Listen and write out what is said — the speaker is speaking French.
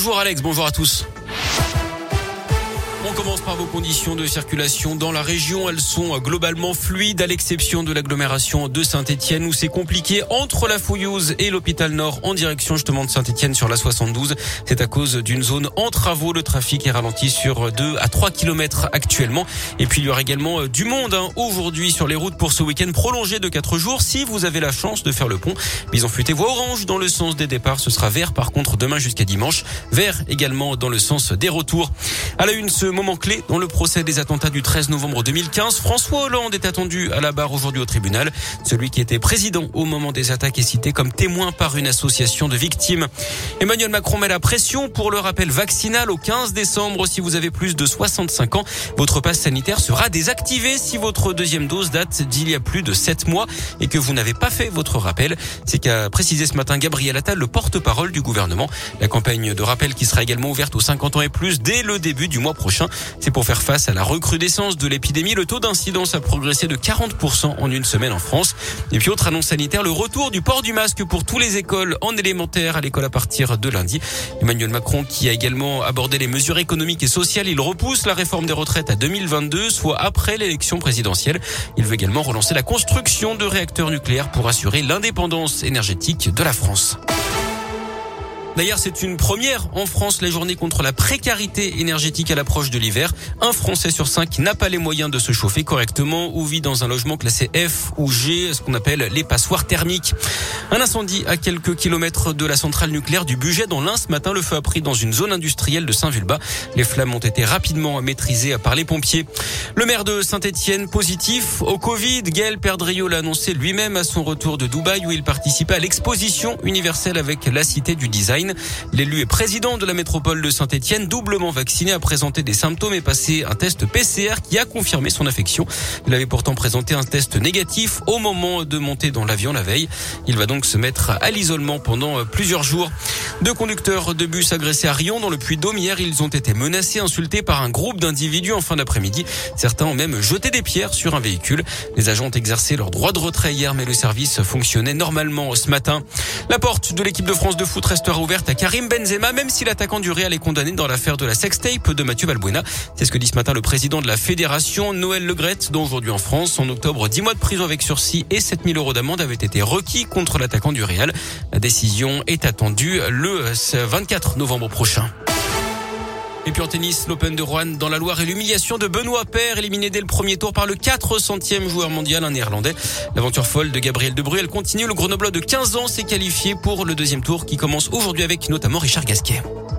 Bonjour Alex, bonjour à tous. On commence par vos conditions de circulation dans la région. Elles sont globalement fluides à l'exception de l'agglomération de Saint-Etienne où c'est compliqué entre la Fouillouse et l'hôpital Nord en direction justement de Saint-Etienne sur la 72. C'est à cause d'une zone en travaux. Le trafic est ralenti sur 2 à 3 kilomètres actuellement. Et puis il y aura également du monde aujourd'hui sur les routes pour ce week-end prolongé de 4 jours. Si vous avez la chance de faire le pont, Bison Futé voie orange dans le sens des départs. Ce sera vert par contre demain jusqu'à dimanche. Vert également dans le sens des retours. À la une, ce moment clé dans le procès des attentats du 13 novembre 2015. François Hollande est attendu à la barre aujourd'hui au tribunal. Celui qui était président au moment des attaques est cité comme témoin par une association de victimes. Emmanuel Macron met la pression pour le rappel vaccinal au 15 décembre. Si vous avez plus de 65 ans, votre passe sanitaire sera désactivé si votre deuxième dose date d'il y a plus de 7 mois et que vous n'avez pas fait votre rappel. C'est qu'a précisé ce matin Gabriel Attal, le porte-parole du gouvernement. La campagne de rappel qui sera également ouverte aux 50 ans et plus dès le début du mois prochain. C'est pour faire face à la recrudescence de l'épidémie. Le taux d'incidence a progressé de 40% en une semaine en France. Et puis autre annonce sanitaire, le retour du port du masque pour toutes les écoles en élémentaire à l'école à partir de lundi. Emmanuel Macron qui a également abordé les mesures économiques et sociales. Il repousse la réforme des retraites à 2022, soit après l'élection présidentielle. Il veut également relancer la construction de réacteurs nucléaires pour assurer l'indépendance énergétique de la France. D'ailleurs, c'est une première en France, la journée contre la précarité énergétique à l'approche de l'hiver. Un Français sur 5 n'a pas les moyens de se chauffer correctement ou vit dans un logement classé F ou G, ce qu'on appelle les passoires thermiques. Un incendie à quelques kilomètres de la centrale nucléaire du Bugey dans l'Ain. Ce matin, le feu a pris dans une zone industrielle de Saint-Vulbas. Les flammes ont été rapidement maîtrisées par les pompiers. Le maire de Saint-Etienne, positif au Covid. Gaël Perdriau l'a annoncé lui-même à son retour de Dubaï où il participait à l'exposition universelle avec la Cité du Design. L'élu et président de la métropole de Saint-Etienne, doublement vacciné, a présenté des symptômes et passé un test PCR qui a confirmé son infection. Il avait pourtant présenté un test négatif au moment de monter dans l'avion la veille. Il va donc se mettre à l'isolement pendant plusieurs jours. 2 conducteurs de bus agressés à Riom dans le Puy-de-Dôme. Hier, ils ont été menacés, insultés par un groupe d'individus en fin d'après-midi. Certains ont même jeté des pierres sur un véhicule. Les agents ont exercé leur droit de retrait hier, mais le service fonctionnait normalement ce matin. La porte de l'équipe de France de foot restera ouverte à Karim Benzema, même si l'attaquant du Real est condamné dans l'affaire de la sextape de Mathieu Valbuena. C'est ce que dit ce matin le président de la fédération, Noël Le Graët, dont aujourd'hui en France. En octobre, 10 mois de prison avec sursis et 7 000 € d'amende avaient été requis contre l'attaquant du Real. La décision est attendue le 24 novembre prochain. Et puis en tennis, l'Open de Rouen dans la Loire et l'humiliation de Benoît Paire, éliminé dès le premier tour par le 400e joueur mondial, un néerlandais. L'aventure folle de Gabriel Debrue, elle continue. Le Grenoblois de 15 ans s'est qualifié pour le deuxième tour qui commence aujourd'hui avec notamment Richard Gasquet.